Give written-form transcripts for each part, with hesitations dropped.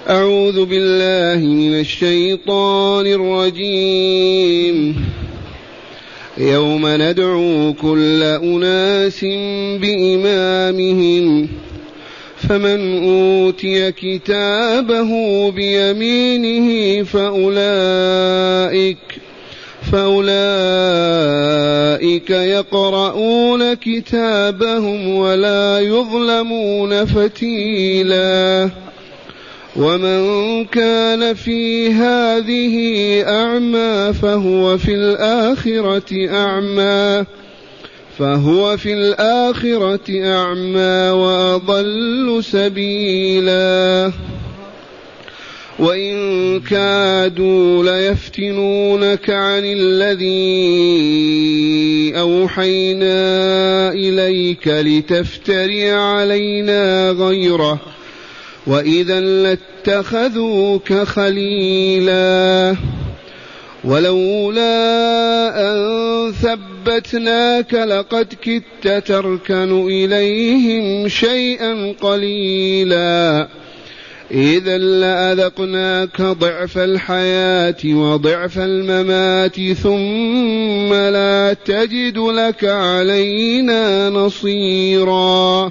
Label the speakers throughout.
Speaker 1: أعوذ بالله من الشيطان الرجيم. يوم ندعو كل أناس بإمامهم فمن أوتي كتابه بيمينه فأولئك يقرؤون كتابهم ولا يظلمون فتيلا. ومن كان في هذه أعمى فهو في الآخرة أعمى وأضل سبيلا. وإن كادوا ليفتنونك عن الذي أوحينا إليك لتفتري علينا غيره وإذا لاتخذوك خليلا. ولولا أن ثبتناك لقد كدت تركن إليهم شيئا قليلا. إذا لأذقناك ضعف الحياة وضعف الممات ثم لا تجد لك علينا نصيرا.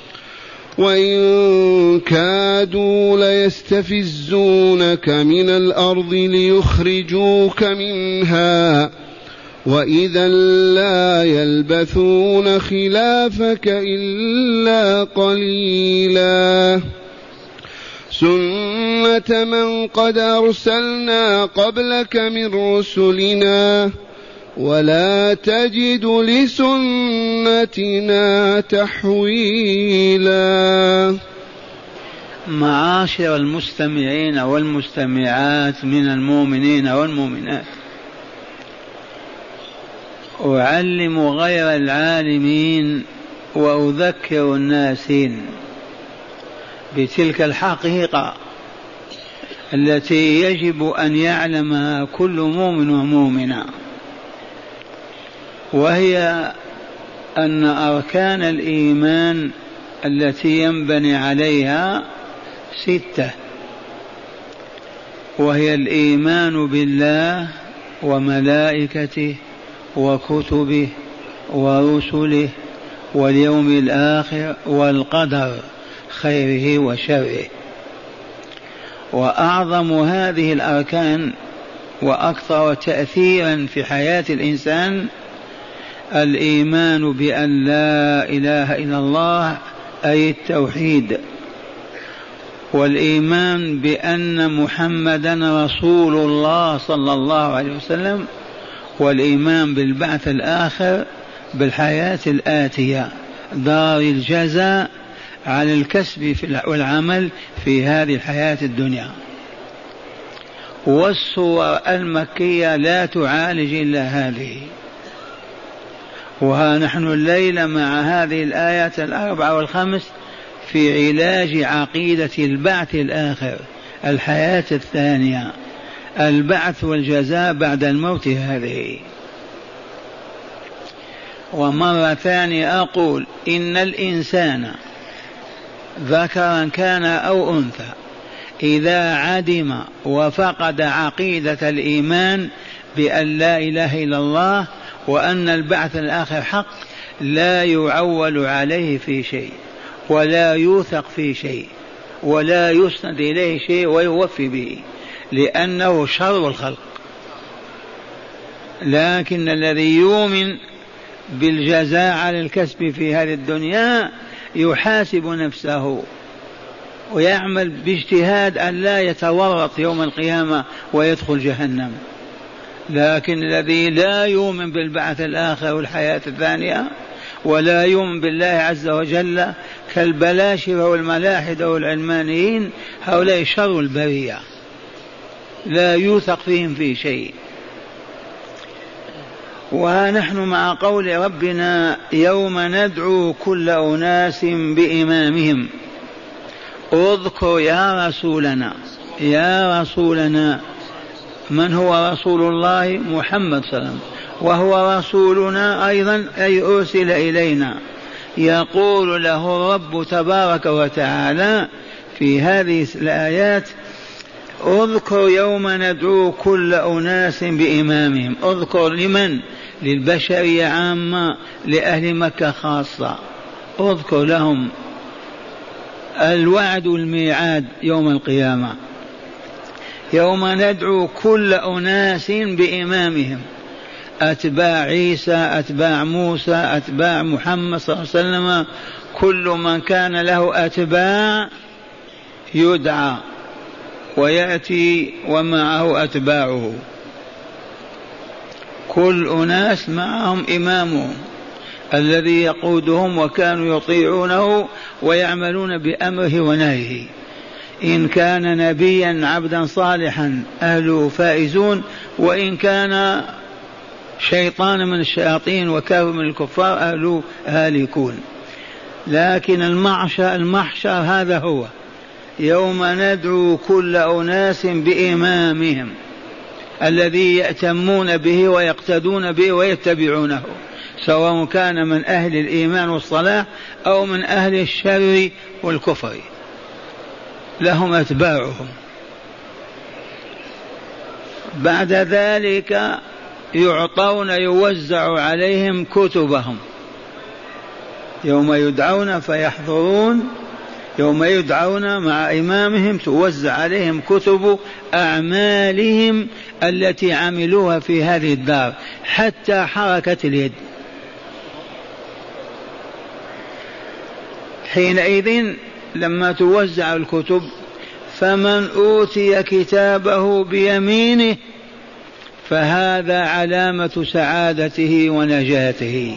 Speaker 1: وإن كادوا ليستفزونك من الأرض ليخرجوك منها وإذا لا يلبثون خلافك إلا قليلا. سنة من قد أرسلنا قبلك من رسلنا ولا تجد لسنتنا تحويلا.
Speaker 2: معاشر المستمعين والمستمعات من المؤمنين والمؤمنات، أعلم غير العالمين وأذكر الناسين بتلك الحقيقة التي يجب أن يعلمها كل مؤمن ومؤمنة، وهي أن أركان الإيمان التي ينبني عليها 6، وهي الإيمان بالله وملائكته وكتبه ورسله واليوم الآخر والقدر خيره وشره. وأعظم هذه الأركان وأكثر تأثيرا في حياة الإنسان الإيمان بأن لا إله إلا الله أي التوحيد، والإيمان بأن محمدا رسول الله صلى الله عليه وسلم، والإيمان بالبعث الآخر بالحياة الآتية دار الجزاء على الكسب والعمل في هذه الحياة الدنيا. والسور المكية لا تعالج إلا هذه. وها نحن الليلة مع هذه الآيات 4 و5 في علاج عقيدة البعث الآخر، الحياة الثانية، البعث والجزاء بعد الموت هذه. ومرة ثانية أقول إن الإنسان ذكرا كان أو أنثى إذا عدم وفقد عقيدة الإيمان بأن لا إله إلا الله وأن البعث الآخر حق لا يعول عليه في شيء ولا يوثق في شيء ولا يسند إليه شيء ويوفي به، لأنه شر الخلق. لكن الذي يؤمن بالجزاء على الكسب في هذه الدنيا يحاسب نفسه ويعمل باجتهاد أن لا يتورط يوم القيامة ويدخل جهنم. لكن الذي لا يؤمن بالبعث الآخر والحياة الثانية ولا يؤمن بالله عز وجل كالبلاشفة والملاحدة والعلمانيين، هؤلاء شر البرية لا يوثق فيهم في شيء. ونحن مع قول ربنا يوم ندعو كل أناس بإمامهم. اذكر يا رسولنا من هو رسول الله؟ محمد صلى الله عليه وسلم، وهو رسولنا أيضا أي أرسل إلينا. يقول له الرب تبارك وتعالى في هذه الآيات اذكر يوم ندعو كل أناس بإمامهم. اذكر لمن؟ للبشرية عامة، لأهل مكة خاصة. اذكر لهم الوعد والميعاد يوم القيامة، يوم ندعو كل أناس بإمامهم، أتباع عيسى، أتباع موسى، أتباع محمد صلى الله عليه وسلم، كل من كان له أتباع يدعى ويأتي ومعه أتباعه، كل أناس معهم إمامهم الذي يقودهم وكانوا يطيعونه ويعملون بأمره ونهيه. إن كان نبيا عبدا صالحا أهله فائزون، وإن كان شيطان من الشياطين وكافر من الكفار أهله هالكون. لكن المحشر هذا هو يوم ندعو كل أناس بإمامهم الذي يأتمون به ويقتدون به ويتبعونه، سواء كان من أهل الإيمان والصلاح أو من أهل الشر والكفر، لهم أتباعهم. بعد ذلك يعطون، يوزع عليهم كتبهم يوم يدعون فيحضرون، يوم يدعون مع إمامهم توزع عليهم كتب أعمالهم التي عملوها في هذه الدار، حتى حركة اليد. حينئذ لما توزع الكتب فمن أوتي كتابه بيمينه فهذا علامة سعادته ونجاته،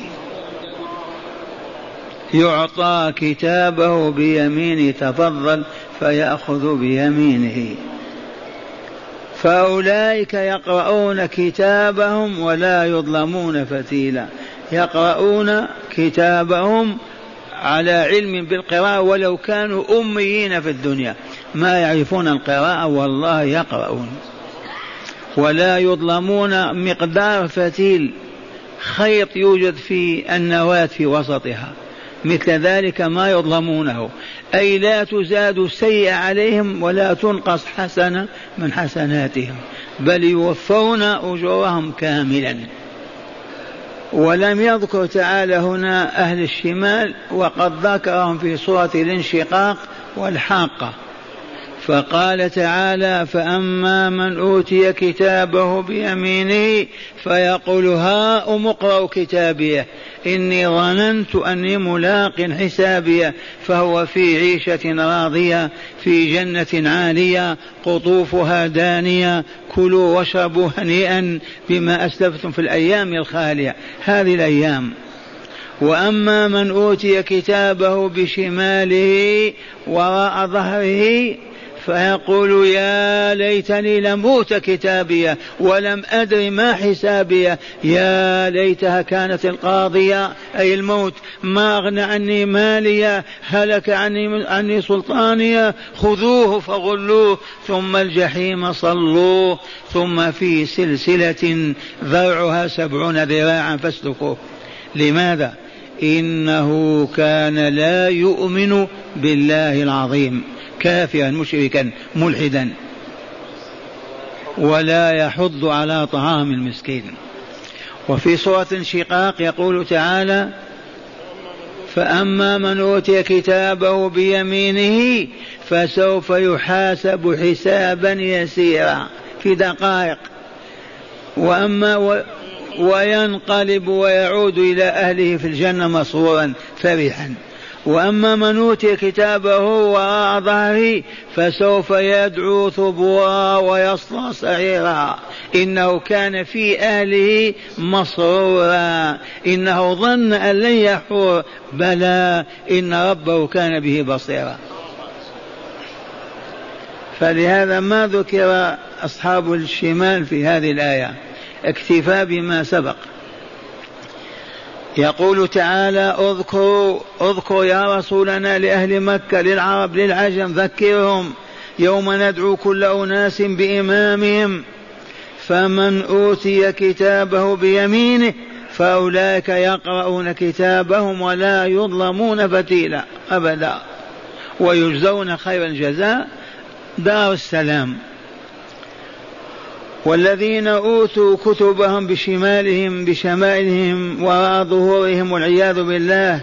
Speaker 2: يعطى كتابه بيمينه، تفضل فيأخذ بيمينه. فأولئك يقرؤون كتابهم ولا يظلمون فتيلا، يقرؤون كتابهم على علم بالقراءة ولو كانوا أميين في الدنيا ما يعرفون القراءة، والله يقرؤون ولا يظلمون مقدار فتيل، خيط يوجد في النواة في وسطها، مثل ذلك ما يظلمونه، أي لا تزاد سيئة عليهم ولا تنقص حسنة من حسناتهم، بل يوفون أجورهم كاملا. ولم يذكر تعالى هنا أهل الشمال، وقد ذكرهم في سورة الانشقاق والحاقة، فقال تعالى فأما من أوتي كتابه بيمينه فيقول هاؤم اقرءوا كتابيه إني ظننت أني ملاق حسابيه، فهو في عيشة راضية في جنة عالية قطوفها دانية، كلوا واشربوا هنيئا بما أسلفتم في الأيام الخالية، هذه الأيام. وأما من أوتي كتابه بشماله وراء ظهره فيقول يا ليتني لم أوت كتابيه ولم أدر ما حسابيه، يا ليتها كانت القاضية أي الموت، ما أغنى عني مالية، هلك عني سلطانية، خذوه فغلوه ثم الجحيم صلوه ثم في سلسلة ذرعها 70 ذراعا فاسلكوه. لماذا؟ إنه كان لا يؤمن بالله العظيم، كافرا مشركا ملحدا، ولا يحض على طعام المسكين. وفي سورة الانشقاق يقول تعالى فأما من أوتي كتابه بيمينه فسوف يحاسب حسابا يسيرا في دقائق، وينقلب ويعود إلى أهله في الجنة مسرورا فرحا. وأما من أوتي كتابه وراء ظهره فسوف يدعو ثبورا ويصلى سعيرا، إنه كان في أهله مسرورا، إنه ظن أن لن يحور، بلى إن ربه كان به بصيرا. فلهذا ما ذكر أصحاب الشمال في هذه الآية، اكتفى بما سبق. يقول تعالى اذكر يا رسولنا لأهل مكة، للعرب للعجم، ذكرهم يوم ندعو كل أناس بإمامهم، فمن أوتي كتابه بيمينه فأولئك يقرؤون كتابهم ولا يظلمون فتيلا أبدا. ويجزون خير الجزاء دار السلام. والذين أوتوا كتبهم بشمائلهم وراء ظهورهم والعياذ بالله.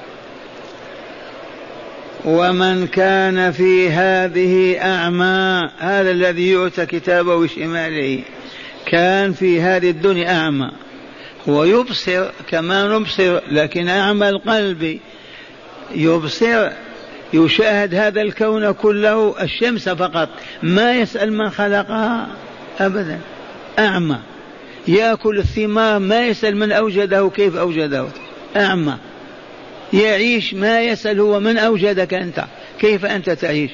Speaker 2: ومن كان في هذه أعمى، هذا الذي يؤتى كتابه بشماله كان في هذه الدنيا أعمى، هو يبصر كما نبصر لكن أعمى القلب، يبصر يشاهد هذا الكون كله، الشمس فقط، ما يسأل من خلقها أبدا. أعمى يأكل الثمار ما يسأل من أوجده كيف أوجده. أعمى يعيش ما يسأل هو من أوجدك أنت كيف أنت تعيش.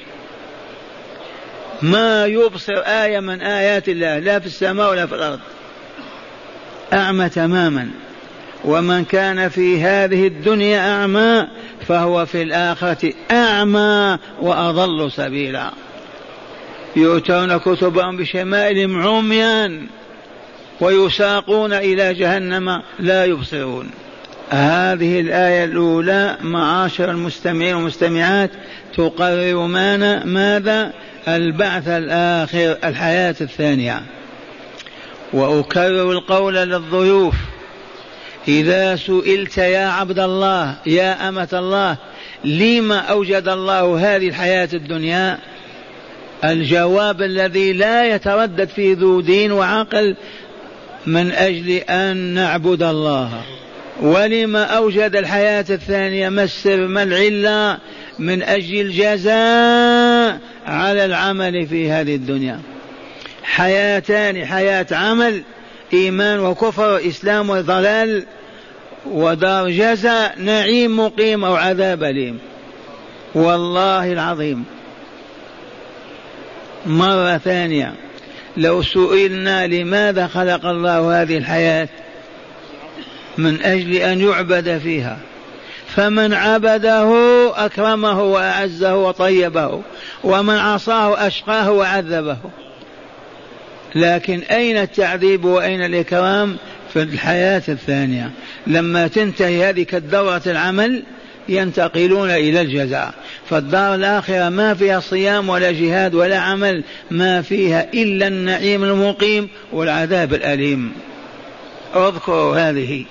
Speaker 2: ما يبصر آية من آيات الله لا في السماء ولا في الأرض، أعمى تماما. ومن كان في هذه الدنيا أعمى فهو في الآخرة أعمى وأضل سبيلا. يؤتون كتبهم بشمائلهم عميان ويساقون إلى جهنم لا يبصرون. هذه الآية الأولى معاشر المستمعين والمستمعات تقرر ماذا؟ البعث الآخر، الحياة الثانية. وأكرر القول للضيوف: إذا سئلت يا عبد الله يا أمة الله لما أوجد الله هذه الحياة الدنيا، الجواب الذي لا يتردد في ذو دين وعقل: من أجل أن نعبد الله. ولما أوجد الحياة الثانية؟ ما السر ما العلة؟ من أجل الجزاء على العمل في هذه الدنيا. حياتان: حياة عمل إيمان وكفر إسلام وضلال، ودار جزاء نعيم مقيم أو عذاب أليم. والله العظيم مرة ثانية لو سئلنا لماذا خلق الله هذه الحياة؟ من أجل أن يعبد فيها، فمن عبده أكرمه وأعزه وطيبه، ومن عصاه أشقاه وعذبه. لكن أين التعذيب وأين الإكرام؟ في الحياة الثانية. لما تنتهي هذه الدورة العمل ينتقلون إلى الجزاء. فالدار الآخرة ما فيها صيام ولا جهاد ولا عمل، ما فيها إلا النعيم المقيم والعذاب الأليم. اذكروا هذه.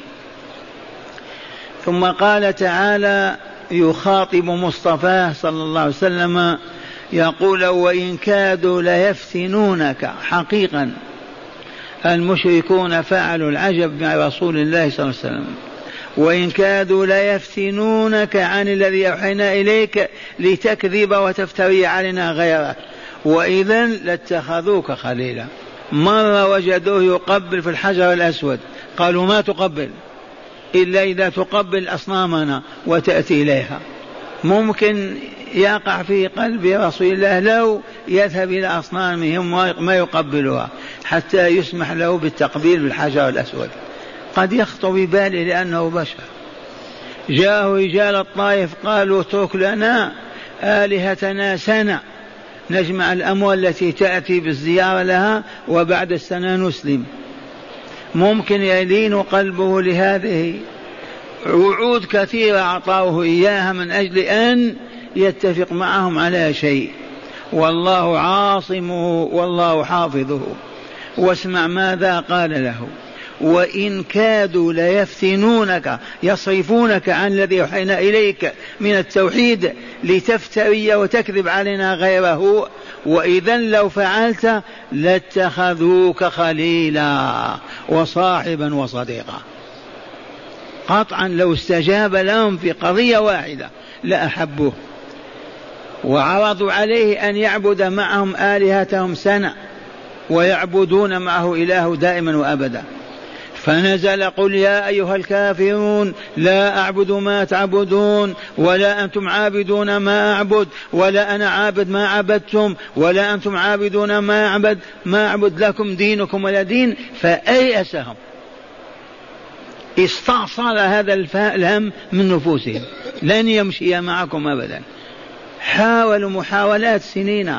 Speaker 2: ثم قال تعالى يخاطب مصطفاه صلى الله عليه وسلم يقول: وإن كادوا ليفتنونك. حقيقا المشركون فعلوا العجب مع رسول الله صلى الله عليه وسلم. وإن كادوا ليفتنونك عن الذي أوحينا إليك لتكذب وتفتري علينا غيره وإذا لاتخذوك خليلا. مرة وجدوه يقبل في الحجر الأسود، قالوا: ما تقبل إلا إذا تقبل أصنامنا وتأتي إليها. ممكن يقع في قلب رسول الله لو يذهب إلى أصنامهم ما يقبلها حتى يسمح له بالتقبيل بالحجر الأسود. قد يخطر بباله لأنه بشر. جاءه رجال الطائف قالوا: اترك لنا آلهتنا سنة نجمع الأموال التي تأتي بالزيارة لها وبعد السنة نسلم. ممكن يلين قلبه لهذه وعود كثيرة أعطاه إياها من أجل أن يتفق معهم على شيء. والله عاصمه والله حافظه. واسمع ماذا قال له: وإن كادوا ليفتنونك، يصرفونك عن الذي أوحينا إليك من التوحيد لتفتري وتكذب علينا غيره، وإذا لو فعلت لاتخذوك خليلا وصاحبا وصديقا. قطعا لو استجاب لهم في قضية واحدة لأحبوه. وعرضوا عليه أن يعبد معهم آلهتهم سنة ويعبدون معه إله دائما وأبدا. فنزل: قل يا أيها الكافرون لا أعبد ما تعبدون ولا أنتم عابدون ما أعبد ولا أنا عابد ما عبدتم ولا أنتم عابدون ما أعبد لكم دينكم ولا دين. فأيأسهم، استأصل هذا الهم من نفوسهم، لن يمشي معكم أبدا. حاولوا محاولات سنين،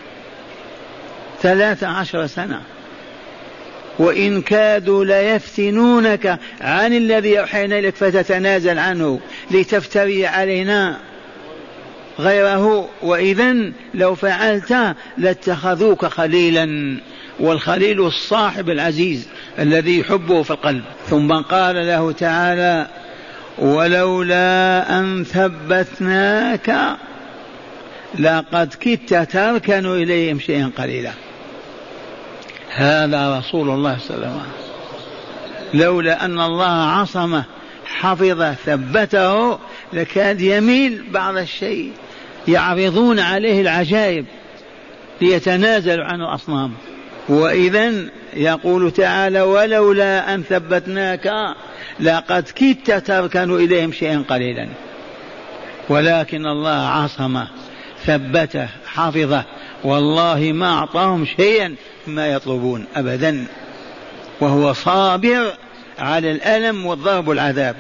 Speaker 2: 13 سنة. وإن كادوا ليفتنونك عن الذي أوحينا إليك فتتنازل عنه لتفتري علينا غيره، وإذا لو فعلت لاتخذوك خليلا، والخليل الصاحب العزيز الذي يحبه في القلب. ثم قال له تعالى ولولا أن ثبتناك لقد كدت تركن إليهم شيئا قليلا. هذا رسول الله صلى الله عليه وسلم، لولا أن الله عصمه حفظه ثبته لكاد يميل بعض الشيء، يعرضون عليه العجائب ليتنازلوا عن الأصنام. وإذا يقول تعالى ولولا أن ثبتناك لقد كدت تركن إليهم شيئا قليلا، ولكن الله عصمه ثبته حفظه، والله ما أعطاهم شيئا ما يطلبون أبدا، وهو صابر على الألم والضرب والعذاب.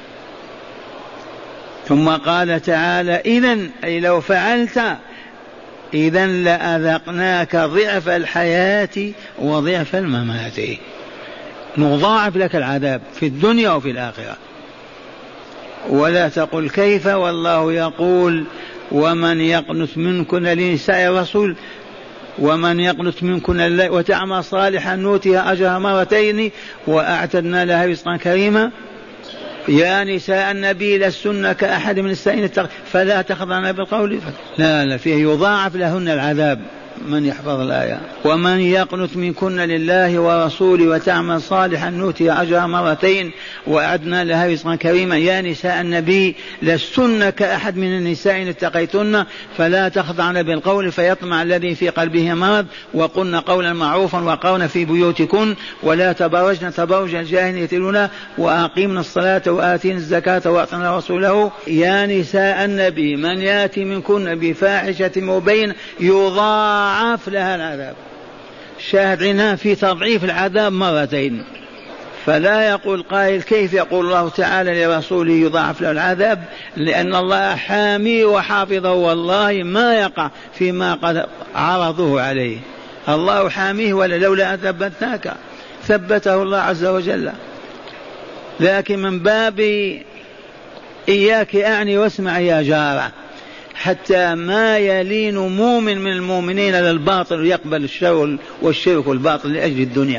Speaker 2: ثم قال تعالى إذن أي لو فعلت إذن لأذقناك ضعف الحياة وضعف الممات، نضاعف لك العذاب في الدنيا وفي الآخرة. ولا تقل كيف، والله يقول ومن يقنت منكن لنساء الرسول ومن يقنت منكن وتعمل صالحا نؤتها أجرها مرتين وأعتدنا لها رزقا كريما. يا نساء النبي لستن كأحد من النساء فلا تخضعن بالقول لا فيه يضاعف لهن العذاب. من يحفظ الآية ومن يقنت منكن لله ورسوله وتعمل صالحا نؤتها أجرها مرتين وأعدنا لها رزقا كريما. يا نساء النبي لستن كأحد من النساء إن اتقيتن فلا تخضعن بالقول فيطمع الذي في قلبه مرض وقلن قولا معروفا وقرن في بيوتكن ولا تبرجن تبرج الجاهلية الأولى وأقيمن الصلاة وآتين الزكاة وأطعن رسوله. يا نساء النبي من يأتي منكن بفاحشة مبين يضاعف لها العذاب. شاهدنا في تضعيف العذاب مرتين. فلا يقول قائل كيف يقول الله تعالى لرسوله يضاعف له العذاب، لأن الله حامي وحافظه، والله ما يقع فيما قد عرضوه عليه. الله حاميه ولولا أن ثبتناك ثبته الله عز وجل. لكن من باب إياك أعني واسمع يا جارة، حتى ما يلين مؤمن من المؤمنين للباطل ويقبل الشر والشرك والباطل لأجل الدنيا.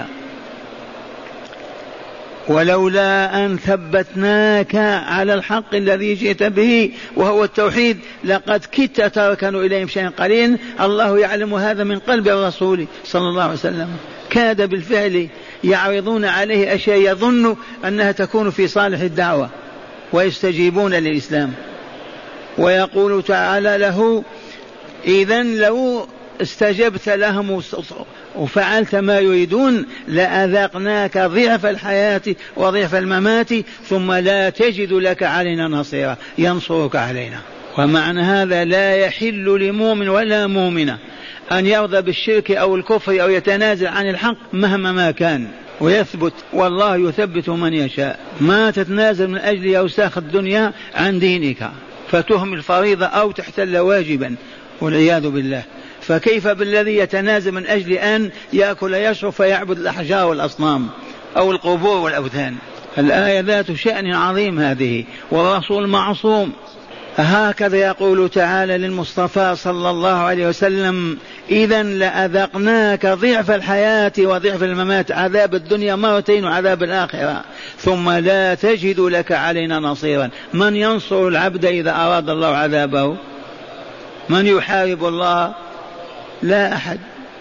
Speaker 2: ولولا أن ثبتناك على الحق الذي جئت به وهو التوحيد لقد كدت تركن إليهم شيئا قليلا. الله يعلم هذا من قلب الرسول صلى الله عليه وسلم. كاد بالفعل يعرضون عليه أشياء يظن أنها تكون في صالح الدعوة ويستجيبون للإسلام. ويقول تعالى له إذن لو استجبت لهم وفعلت ما يريدون لأذقناك ضعف الحياة وضعف الممات ثم لا تجد لك علينا نصيرا ينصرك علينا. ومعنى هذا لا يحل لمؤمن ولا مؤمنة أن يرضى بالشرك أو الكفر أو يتنازل عن الحق مهما ما كان ويثبت، والله يثبت من يشاء. ما تتنازل من أجل أوساخ الدنيا عن دينك فتهمل فريضة أو تحتل واجبا والعياذ بالله. فكيف بالذي يتنازل من أجل أن يأكل يشرب فيعبد الأحجار والأصنام أو القبور والأوثان؟ الآية ذات شأن عظيم هذه، والرسول معصوم. هكذا يقول تعالى للمصطفى صلى الله عليه وسلم إذن لأذقناك ضعف الحياة وضعف الممات، عذاب الدنيا مرتين وعذاب الآخرة، ثم لا تجد لك علينا نصيرا. من ينصر العبد إذا أراد الله عذابه؟ من يحارب الله؟ لا أحد.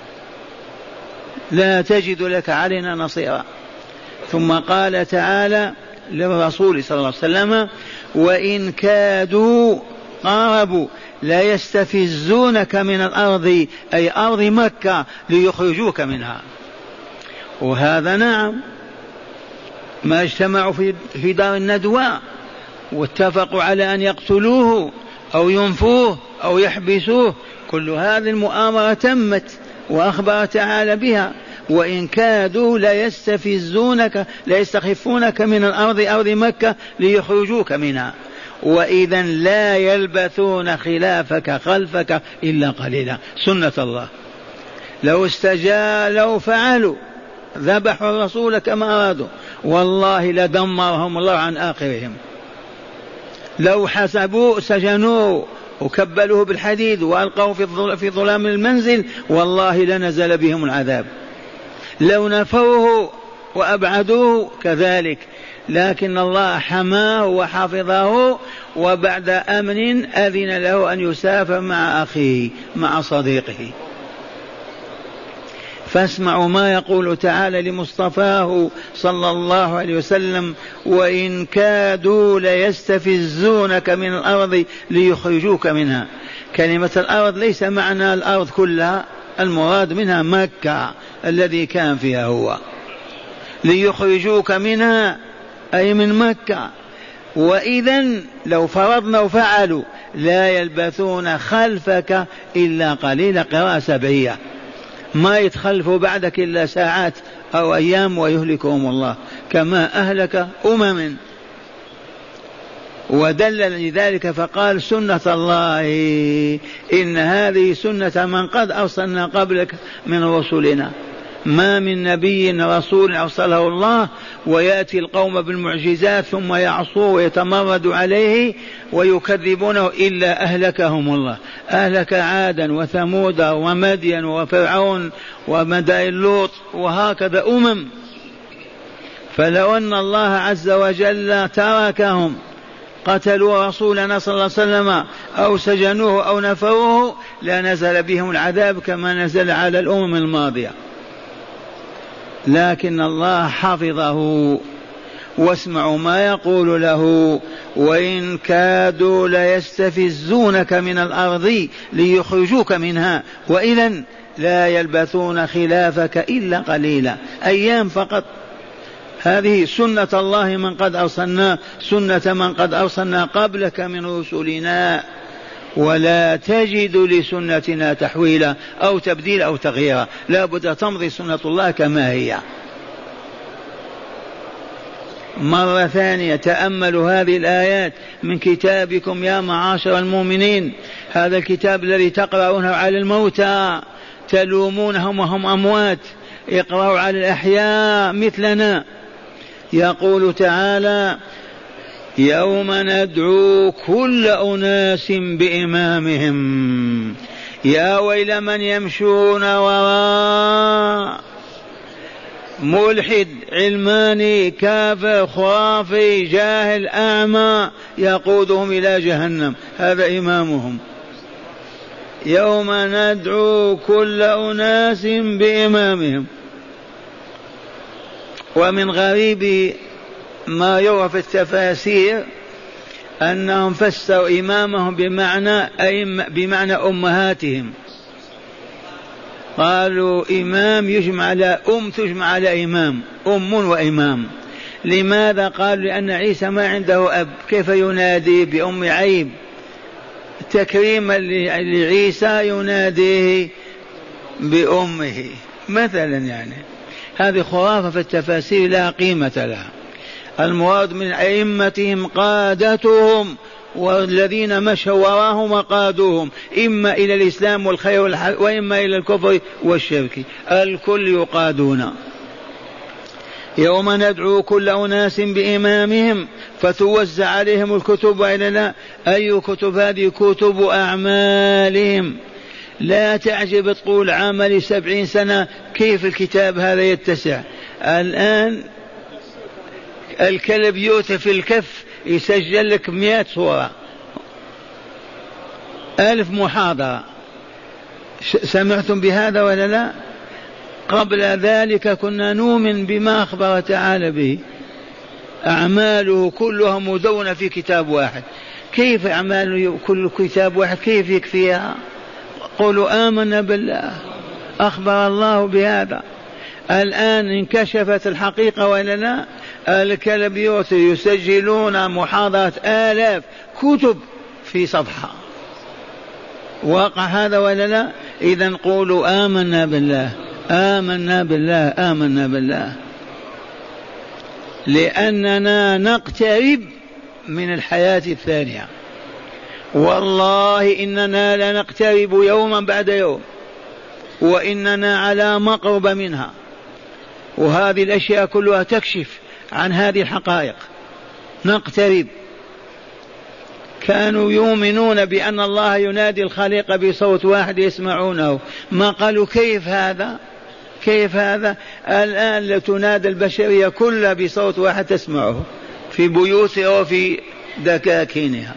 Speaker 2: لا تجد لك علينا نصيرا. ثم قال تعالى للرسول صلى الله عليه وسلم وإن كادوا قاربوا لا يستفزونك من الأرض أي أرض مكة ليخرجوك منها. وهذا نعم ما اجتمعوا في دار الندوة واتفقوا على أن يقتلوه أو ينفوه أو يحبسوه، كل هذه المؤامرة تمت وأخبر تعالى بها. وإن كادوا ليستفزونك ليستخفونك من الأرض أرض مكة ليخرجوك منها، وإذا لا يلبثون خلافك خلفك إلا قليلا. سنة الله. لو فعلوا ذبحوا الرسول كما أرادوا والله لدمرهم الله عن آخرهم. لو حسبوا سجنوه وكبلوه بالحديد وألقوه في ظلام المنزل والله لنزل بهم العذاب. لو نفوه وأبعدوه كذلك، لكن الله حماه وحفظه، وبعد أمن أذن له أن يسافر مع أخيه مع صديقه. فاسمعوا ما يقول تعالى لمصطفاه صلى الله عليه وسلم: وإن كادوا ليستفزونك من الأرض ليخرجوك منها. كلمة الأرض ليس معنى الأرض كلها، المراد منها مكة الذي كان فيها هو. ليخرجوك منها أي من مكة. وإذا لو فرضنا وفعلوا لا يلبثون خلفك إلا قليلا، قراءة سبعية، ما يتخلفوا بعدك إلا ساعات أو أيام ويهلكهم الله كما أهلك أمم. ودل لذلك فقال: سنة الله إن هذه سنة من قد أرسلنا قبلك من رسلنا. ما من نبي رسول أرسله الله ويأتي القوم بالمعجزات ثم يعصوه ويتمرد عليه ويكذبونه إلا أهلكهم الله. أهلك عادا وثمود ومدين وفرعون ومدائن لوط وهكذا أمم. فلو أن الله عز وجل تركهم قتلوا رسولنا صلى الله عليه وسلم أو سجنوه أو نفوه لنزل بهم العذاب كما نزل على الأمم الماضية، لكن الله حفظه. واسمعوا ما يقول له: وإن كادوا ليستفزونك من الأرض ليخرجوك منها وإذا لا يلبثون خلافك إلا قليلا، أيام فقط. هذه سنة الله من قد أرسلنا، سنة من قد أرسلنا قبلك من رسلنا، ولا تجد لسنتنا تحويلا أو تبديل أو تغييرا، لا بد تمضي سنة الله كما هي. مرة ثانية تأملوا هذه الآيات من كتابكم يا معاشر المؤمنين، هذا الكتاب الذي تقرؤونه على الموتى تلومونهم وهم أموات، اقرأوا على الأحياء مثلنا. يقول تعالى: يوم ندعو كل أناس بإمامهم. يا ويل من يمشون وراء ملحد علماني كافر خرافي جاهل أعمى يقودهم إلى جهنم، هذا إمامهم. يوم ندعو كل أناس بإمامهم. ومن غريب ما يروى في التفاسير أنهم فسروا إمامهم بمعنى أمهاتهم. قالوا إمام يجمع على تجمع على إمام، أم وإمام. لماذا؟ قالوا لأن عيسى ما عنده أب، كيف ينادي بأم عيب؟ تكريما لعيسى يناديه بأمه مثلا. يعني هذه خرافة في التفاسير لا قيمة لها. المراد من أئمتهم قادتهم، والذين مشوا وراهم وقادوهم إما إلى الإسلام والخير وإما إلى الكفر والشرك، الكل يقادون. يوم ندعو كل أناس بإمامهم فتوزع عليهم الكتب، وإلا لا؟ أي كتب؟ هذه كتب أعمالهم. لا تعجب تقول عملي 70 سنة كيف الكتاب هذا يتسع؟ الآن الكلب يؤتى في الكف يسجل لك 100 صورة، 1000 محاضرة. سمعتم بهذا ولا لا؟ قبل ذلك كنا نؤمن بما أخبر تعالى به، أعماله كلها مدونة في كتاب واحد. كيف أعمال كل كتاب واحد كيف يكفيها؟ قولوا آمنا بالله، أخبر الله بهذا. الآن انكشفت الحقيقة ولا لا؟ الكلب يؤتي يسجلون محاضرة 1000 كتب في صفحة. واقع هذا ولا لا؟ إذن قولوا آمنا بالله، آمنا بالله، آمنا بالله، لأننا نقترب من الحياة الثانية. والله إننا لنقترب يوما بعد يوم، وإننا على مقرب منها. وهذه الأشياء كلها تكشف عن هذه الحقائق. نقترب كانوا يؤمنون بأن الله ينادي الخليقة بصوت واحد يسمعونه، ما قالوا كيف هذا؟ كيف هذا؟ الآن تنادى البشرية كلها بصوت واحد تسمعه في بيوتها وفي دكاكينها.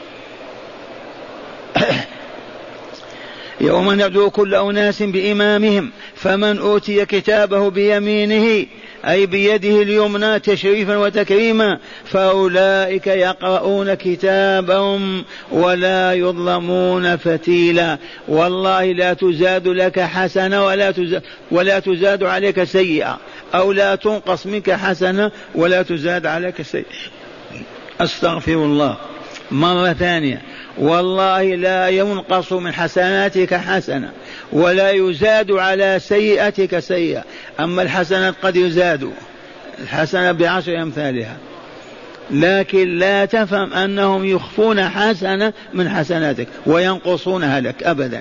Speaker 2: يوم ندعو كل أناس بإمامهم فمن أوتي كتابه بيمينه أي بيده اليمنى تشريفا وتكريما فأولئك يقرؤون كتابهم ولا يظلمون فتيلا. والله لا تزاد لك حسنة ولا تزاد عليك سيئة، أو لا تنقص منك حسنة ولا تزاد عليك سيئة. أستغفر الله. مرة ثانية، والله لا ينقص من حسناتك حسنة ولا يزاد على سيئتك سيئة. أما الحسنات قد يزاد، الحسنة ب10 أمثالها، لكن لا تفهم أنهم يخفون حسنة من حسناتك وينقصونها لك أبدا.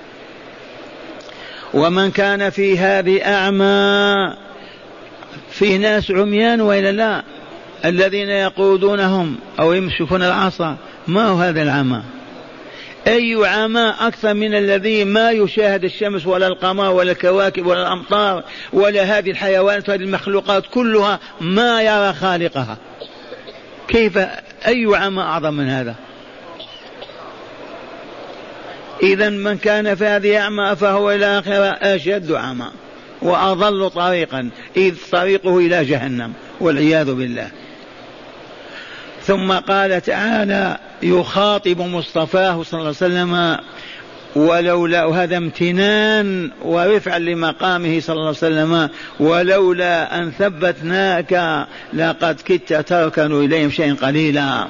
Speaker 2: ومن كان في هذه أعمى، فيه ناس عميان وإلا لا؟ الذين يقودونهم أو يمسكون العصا، ما هو هذا العمى؟ أي عمى أكثر من الذي ما يشاهد الشمس ولا القمر ولا الكواكب ولا الأمطار ولا هذه الحيوانات وهذه المخلوقات كلها ما يرى خالقها؟ كيف؟ أي عمى أعظم من هذا؟ إذا من كان في هذه أعمى فهو إلى الآخرة أشد عمى وأضل طريقا، إذ طريقه إلى جهنم والعياذ بالله. ثم قال تعالى يخاطب مصطفاه صلى الله عليه وسلم، ولولا، هذا امتنان ورفع لمقامه صلى الله عليه وسلم، ولولا أن ثبتناك لقد كدت تركن إليهم شيئا قليلا.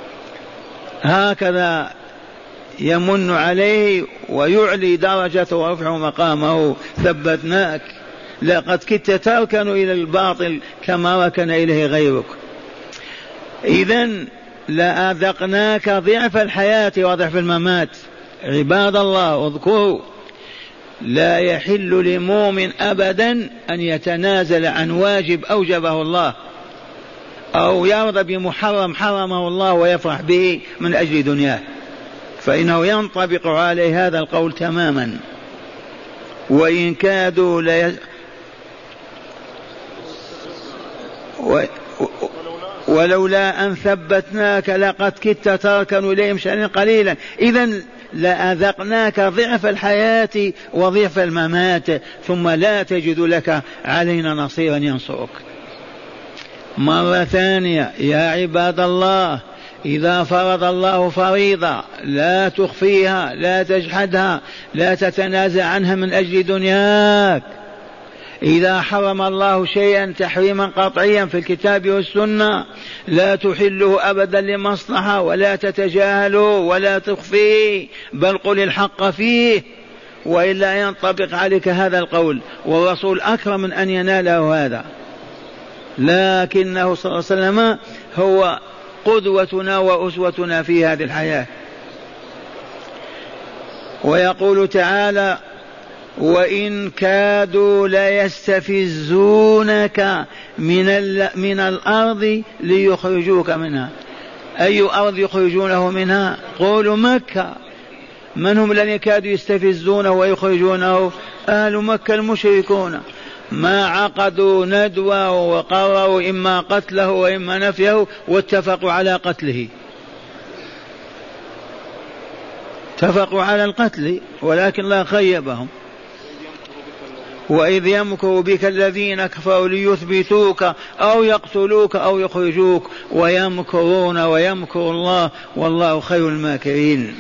Speaker 2: هكذا يمن عليه ويعلي درجته ويرفع مقامه. ثبتناك لقد كدت تركن إلى الباطل كما ركن إليه غيرك. إذن لأذقناك ضعف الحياة وضعف الممات. عباد الله اذكروا، لا يحل لمؤمن أبدا أن يتنازل عن واجب أوجبه الله أو يرضى بمحرم حرمه الله ويفرح به من أجل دنياه، فإنه ينطبق عليه هذا القول تماما. وإن كادوا ولولا أن ثبتناك لقد كدت تركن إليهم شيئا قليلا. إذن لأذقناك ضعف الحياة وضعف الممات ثم لا تجد لك علينا نصيرا ينصرك. مرة ثانية، يا عباد الله، إذا فرض الله فريضة لا تخفيها، لا تجحدها، لا تتنازع عنها من أجل دنياك. إذا حرم الله شيئا تحريما قطعيا في الكتاب والسنة لا تحله أبدا لمصلحة ولا تتجاهله ولا تخفيه، بل قل الحق فيه، وإلا ينطبق عليك هذا القول، والرسول أكرم من أن يناله هذا. لكنه صلى الله عليه وسلم هو قدوتنا وأسوتنا في هذه الحياة. ويقول تعالى وإن كادوا ليستفزونك من الأرض ليخرجوك منها. أي أرض يخرجونه منها؟ قولوا مكة. من هم الذين كادوا يستفزونه ويخرجونه؟ أهل مكة المشركون، ما عقدوا ندوة وقرروا إما قتله وإما نفيه واتفقوا على قتله، اتفقوا على القتل ولكن لا خيبهم. وإذ يمكر بك الذين كفروا ليثبتوك أو يقتلوك أو يخرجوك ويمكرون ويمكر الله والله خير الماكرين.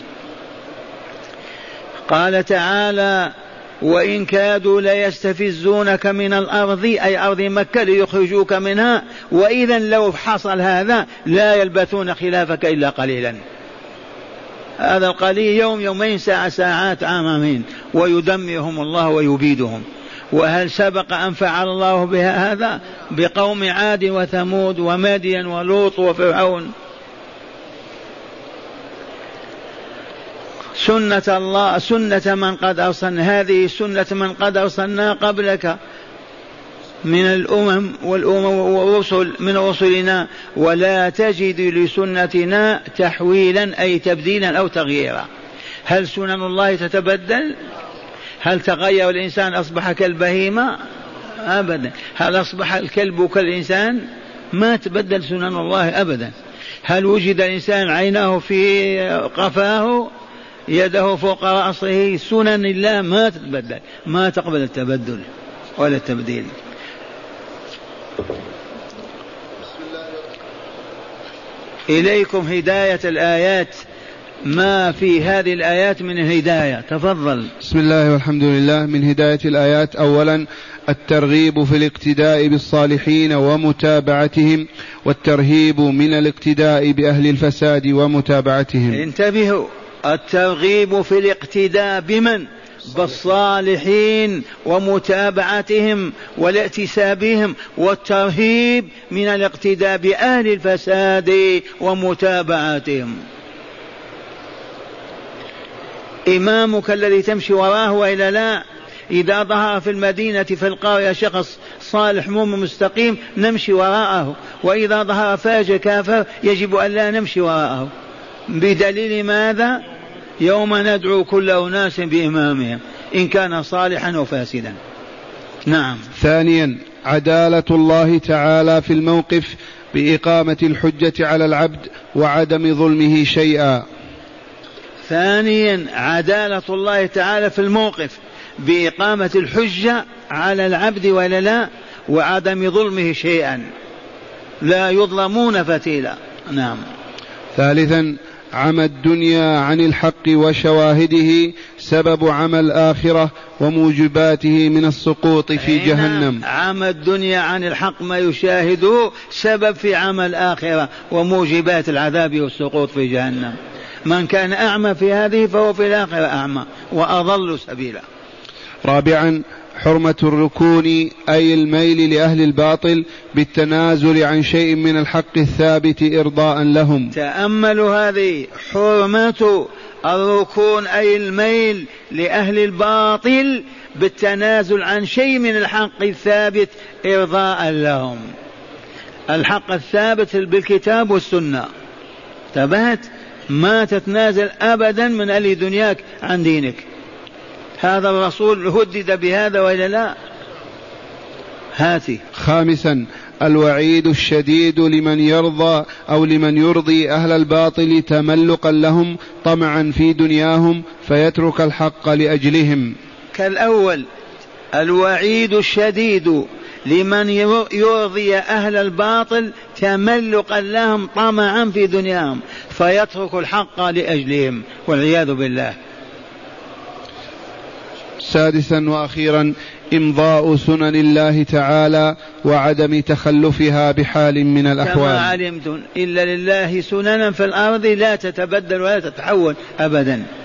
Speaker 2: قال تعالى وإن كادوا ليستفزونك من الأرض أي أرض مكة ليخرجوك منها، وإذا لو حصل هذا لا يلبثون خلافك إلا قليلا. هذا القليل يوم يومين ساعة ساعات عامين ويدمرهم الله ويبيدهم. وهل سبق أن فعل الله بها هذا بقوم عاد وثمود ومدين ولوط وفرعون؟ سنة الله، سنة من قد أرسلنا، هذه سنة من قد أرسلنا قبلك. من الأمم والرسل من رسلنا، ولا تجد لسنتنا تحويلا أي تبديلا أو تغييرا. هل سنن الله تتبدل؟ هل تغير الإنسان أصبح كالبهيمة؟ أبدا. هل أصبح الكلب كالإنسان؟ ما تبدل سنن الله أبدا. هل وجد الإنسان عيناه في قفاه يده فوق رأسه؟ سنن الله ما تتبدل، ما تقبل التبدل ولا التبديل. إليكم هداية الآيات، ما في هذه الآيات من الهداية. تفضل.
Speaker 1: بسم الله والحمد لله. من هداية الآيات أولا الترغيب في الاقتداء بالصالحين ومتابعتهم، والترهيب من الاقتداء بأهل الفساد ومتابعتهم.
Speaker 2: انتبهوا، الترغيب في الاقتداء بمن؟ بالصالحين ومتابعتهم والائتساب بهم، والترهيب من الاقتداء بأهل الفساد ومتابعتهم. إمامك الذي تمشي وراه وإلا لا؟ إذا ظهر في المدينة في القرية شخص صالح مستقيم نمشي وراءه، وإذا ظهر فاجر كافر يجب أن لا نمشي وراءه. بدليل ماذا؟ يوم ندعو كل أناس بإمامهم إن كان صالحا وفاسدا. نعم.
Speaker 1: ثانيا عدالة الله تعالى في الموقف بإقامة الحجة على العبد وعدم ظلمه شيئا.
Speaker 2: ثانيا عدالة الله تعالى في الموقف بإقامة الحجة على العبد ولا لا، وعدم ظلمه شيئا، لا يظلمون فتيلا. نعم.
Speaker 1: ثالثا عمى الدنيا عن الحق وشواهده سبب عمى الآخرة وموجباته من السقوط في جهنم.
Speaker 2: عمى الدنيا عن الحق ما يشاهده سبب في عمى الآخرة وموجبات العذاب والسقوط في جهنم. من كان أعمى في هذه فهو في الآخرة أعمى وأضل سبيلا.
Speaker 1: رابعا حرمة الركون أي الميل لأهل الباطل بالتنازل عن شيء من الحق الثابت إرضاء لهم.
Speaker 2: تأملوا هذه، حرمة الركون أي الميل لأهل الباطل بالتنازل عن شيء من الحق الثابت إرضاء لهم. الحق الثابت بالكتاب والسنة، تبهت، ما تتنازل أبدا من أهل دنياك عن دينك. هذا الرسول هدد بهذا وإلا لا؟ هاتي.
Speaker 1: خامسا الوعيد الشديد لمن يرضى أو لمن يرضي أهل الباطل تملقا لهم طمعا في دنياهم فيترك الحق لأجلهم.
Speaker 2: كالأول الوعيد الشديد لمن يرضي أهل الباطل تملقا لهم طمعا في دنياهم فيترك الحق لأجلهم والعياذ بالله.
Speaker 1: سادسا وأخيرا إمضاء سنن الله تعالى وعدم تخلفها بحال من الأحوال.
Speaker 2: كما علمتم إلا لله سننا في الأرض لا تتبدل ولا تتحول أبدا.